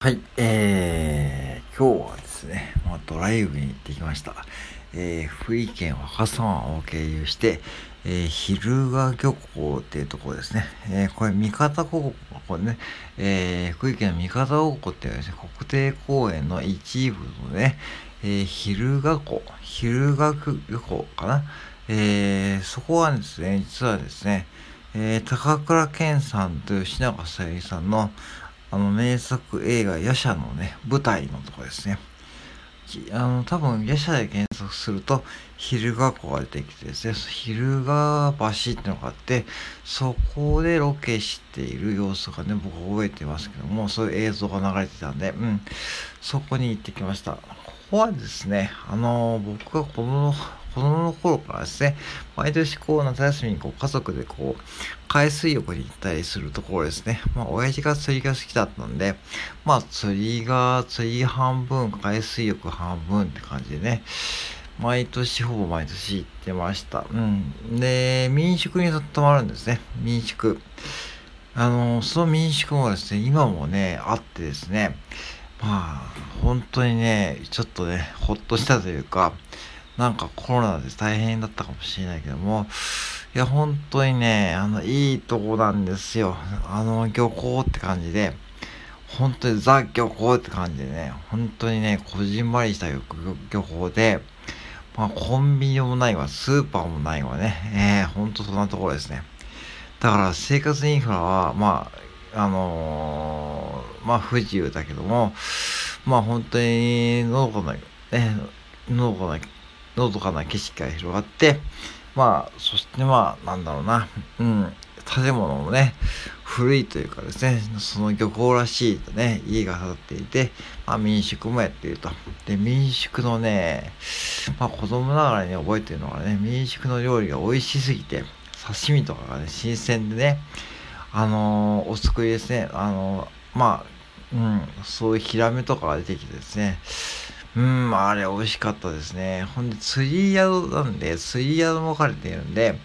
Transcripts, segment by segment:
はい、今日はですね、ドライブに行ってきました。福井県若狭湾を経由して、蛭ヶ漁港っていうところですね。これ、三方港、これね、福井県の三方港っていうですね、国定公園の一部のね、蛭ヶ湖、蛭ヶ漁港かな。そこはですね、実はですね、高倉健さんと吉永小百合さんの名作映画、夜叉のね、舞台のところですね。多分、夜叉で検索すると、蛭ヶ湖が出てきてですね、蛭ヶ橋っていうのがあって、そこでロケしている様子がね、僕覚えてますけども、そういう映像が流れてたんで、そこに行ってきました。ここはですね、僕が子供の頃からですね、毎年夏休みに家族で海水浴に行ったりするところですね。親父が釣りが好きだったんで、釣り半分、海水浴半分って感じでね、ほぼ毎年行ってました。で、民宿に泊まるんですね。民宿。その民宿もですね、今もね、あってですね、本当にね、ちょっとね、ほっとしたというか、なんかコロナで大変だったかもしれないけども、いや、本当にね、いいとこなんですよ。漁港って感じで、本当にザ漁港って感じでね、本当にね、こじんまりした漁港で、コンビニもないわ、スーパーもないわね。本当そんなところですね。だから生活インフラは、不自由だけども、本当にね、のどかな、のどかな景色が広がって、そしてなんだろうな、建物もね、古いというかですね、その漁港らしいとね、家が建っていて、民宿もやっていると。で、民宿のね、子供ながらに覚えてるのがね、民宿の料理が美味しすぎて、刺身とかがね、新鮮でね、お作りですね。そういうヒラメとかが出てきてですね。あれ美味しかったですね。ほんで、釣り宿なんで、釣り宿も借りているんで、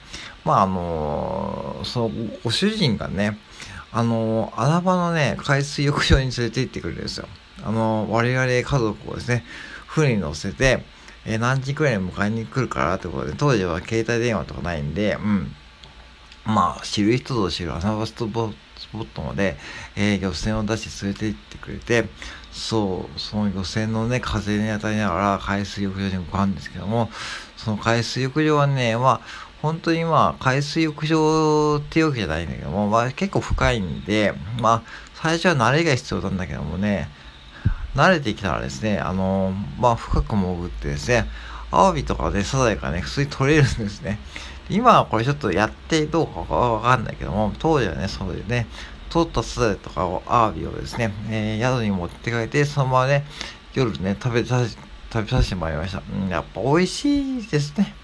そのご主人がね、穴場のね、海水浴場に連れて行ってくれるんですよ。我々家族をですね、船に乗せて、何時くらいに迎えに来るからってことで、当時は携帯電話とかないんで、知る人ぞ知る穴場スポットまで、漁船を出して連れて行ってくれて、その漁船のね、風に当たりながら海水浴場に向かうんですけども、その海水浴場はね、本当に海水浴場っていうわけじゃないんだけども、結構深いんで、最初は慣れが必要なんだけどもね、慣れてきたらですね、深く潜ってですね、アワビとかでサザエがね、普通に取れるんですね。今はこれちょっとやってどうかわかんないけども、当時はね、そういうね、取ったサザエとかアワビをですね、宿に持って帰って、そのままね、夜ね、食べさせてもらいました。やっぱ美味しいですね。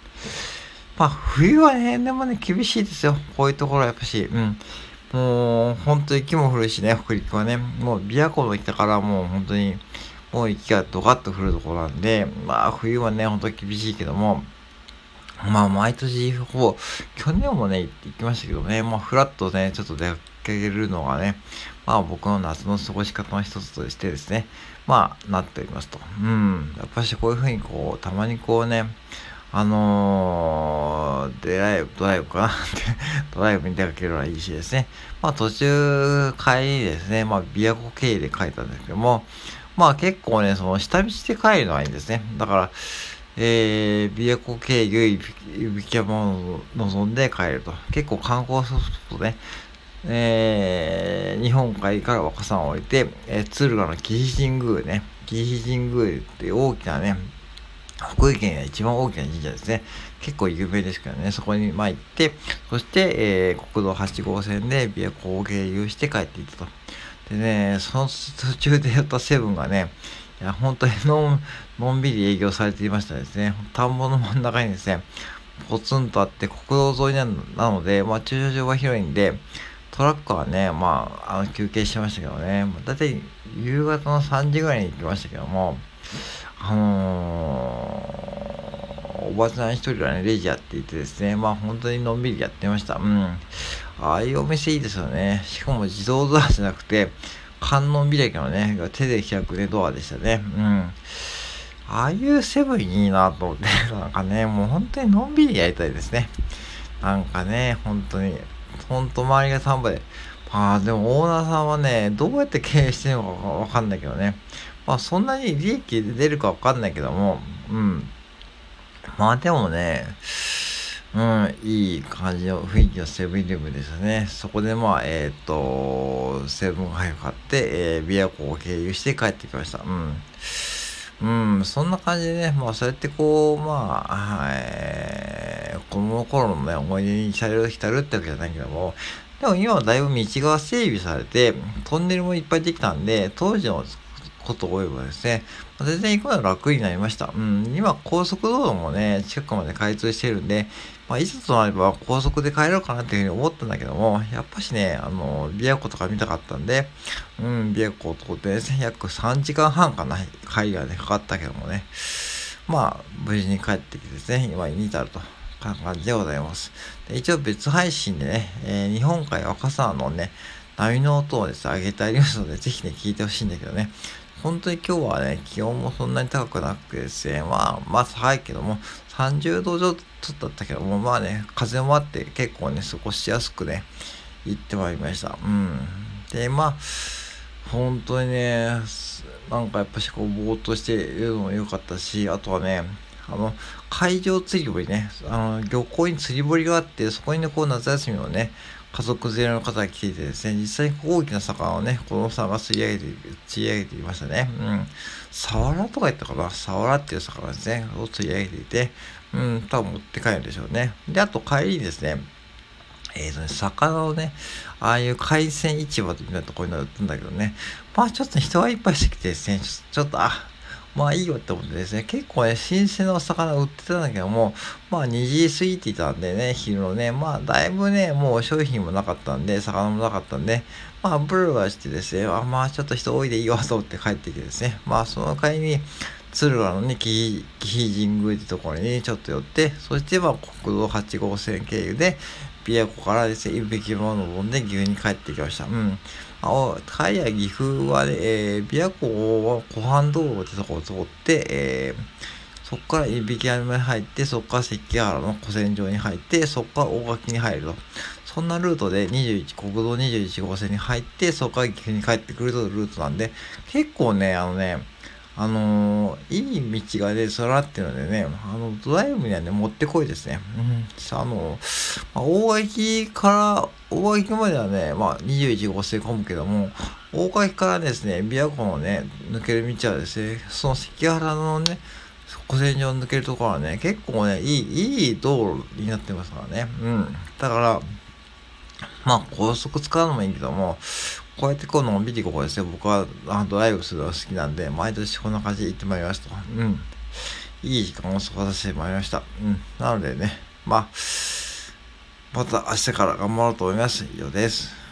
冬はね、でもね、厳しいですよ。こういうところはやっぱし、もう、ほんと雪も降るしね、北陸はね。もう、琵琶湖の北からもう本当に、もう雪がドカッと降るところなんで、冬はね、ほんと厳しいけども、毎年、去年もね、行きましたけどね、フラッとね、ちょっと出かけるのがね、僕の夏の過ごし方の一つとしてですね、なっておりますと。やっぱしこういうふうにたまにドライブかなドライブに出かけるのはいいしですね。途中、帰りにですね、琵琶湖経由で帰ったんですけども、結構ね、その下道で帰るのはいいんですね。だから、琵琶湖経由伊吹山を望んで帰ると。結構観光するとね、日本海から若狭を降りて、敦賀の紀伊神宮ね、紀伊神宮って大きなね、福井県が一番大きな神社ですね。結構有名ですけどね、そこに行って、そして、国道8号線で琵琶湖を経由して帰っていったと。でね、その途中で寄ったセブンがね、いや、本当にのんびり営業されていましたですね。田んぼの真ん中にですね、ポツンとあって国道沿いなので、駐車場は広いんで、トラックはね、休憩してましたけどね、だいたい夕方の3時ぐらいに行きましたけども、おばちゃん一人がね、レジやっていてですね、本当にのんびりやってました。ああいうお店いいですよね。しかも自動ドアじゃなくて、 観音開きのね、手で開くね、ドアでしたね。うん。ああいうセブンいいなと思って、なんかね、もう本当にのんびりやりたいですね。なんかね、本当に、本当周りが田んぼで。まあでもオーナーさんはね、どうやって経営してるのかわかんないけどね。まあそんなに利益出るかわかんないけども、うん。まあでもね、うん、いい感じの雰囲気のセブンイレブンですよね。そこでまあ、セブンハイを買って、琵琶湖を経由して帰ってきました。うん。うん、そんな感じでね、まあそうやってこう、まあ、子供の頃のね、思い出に浸るってわけじゃないけども、でも今はだいぶ道が整備されて、トンネルもいっぱいできたんで、当時のことを覚えばですね、全然行くのは楽になりました。うん、今高速道路もね、近くまで開通してるんで、まあ、いざとなれば高速で帰ろうかなっていうふうに思ったんだけども、やっぱしね、琵琶湖とか見たかったんで、うん、琵琶湖を通ってですね、約3時間半かな、帰りがね、かかったけどもね、まあ、無事に帰ってきてですね、今に至ると。感じでございます。で一応別配信でね、日本海若狭のね、波の音をですね、上げてありますので、ぜひね、聞いてほしいんだけどね。本当に今日はね、気温もそんなに高くなくてですね、まあ高いけども、30度ちょっとだったけども、まあね、風もあって結構ね、過ごしやすくね、行ってまいりました。うん。で、まあ、本当にね、なんかやっぱしこう、ぼーっとしているのも良かったし、あとはね、海上釣り堀ね、漁港に釣り堀があって、そこにね、こう、夏休みをね、家族連れの方が来ていてですね、実際に大きな魚をね、子供さんが釣り上げていましたね。うん。サワラとか言ったかな、サワラっていう魚ですね、を釣り上げていて、うん、多分持って帰るんでしょうね。で、あと帰りにですね、魚をね、ああいう海鮮市場みたいなところに売ってんだけどね、まあちょっと人がいっぱいしてきてですね、ちょっと、まあいいよって思ってですね、結構ね、新鮮なお魚売ってたんだけども、まあ2時過ぎていたんでね、昼のね、まあだいぶね、もう商品もなかったんで、魚もなかったんで、まあブルーはしてですね、まあちょっと人多いでいいわと思って帰ってきてですね、まあその帰りに、敦賀のね、紀伊神宮ってところにちょっと寄って、そしてまあ国道8号線経由で、琵琶湖からですね、一匹も登んで岐阜に帰ってきました。うん。帰りは岐阜はね、琵琶湖は湖畔道路ってとこを通って、そこからいびき山に入って、そこから関ヶ原の古戦場に入って、そこから大垣に入ると。そんなルートで国道21号線に入って、そこから岐阜に帰ってくるとルートなんで、結構ね、いい道がね、空っていうのでね、ドライブにはね、もってこいですね。うん。大垣まではね、まあ、21号線混むけども、大垣からですね、琵琶湖のね、抜ける道はですね、その関ヶ原のね、古戦場を抜けるところはね、結構ね、いい道路になってますからね。うん。だから、まあ、高速使うのもいいけども、こうやってこうのんびりここですね、僕はドライブするのが好きなんで、毎年こんな感じで行ってまいりますと。うん。いい時間を過ごさせてまいりました。うん。なのでね、まあ、また明日から頑張ろうと思います。以上です。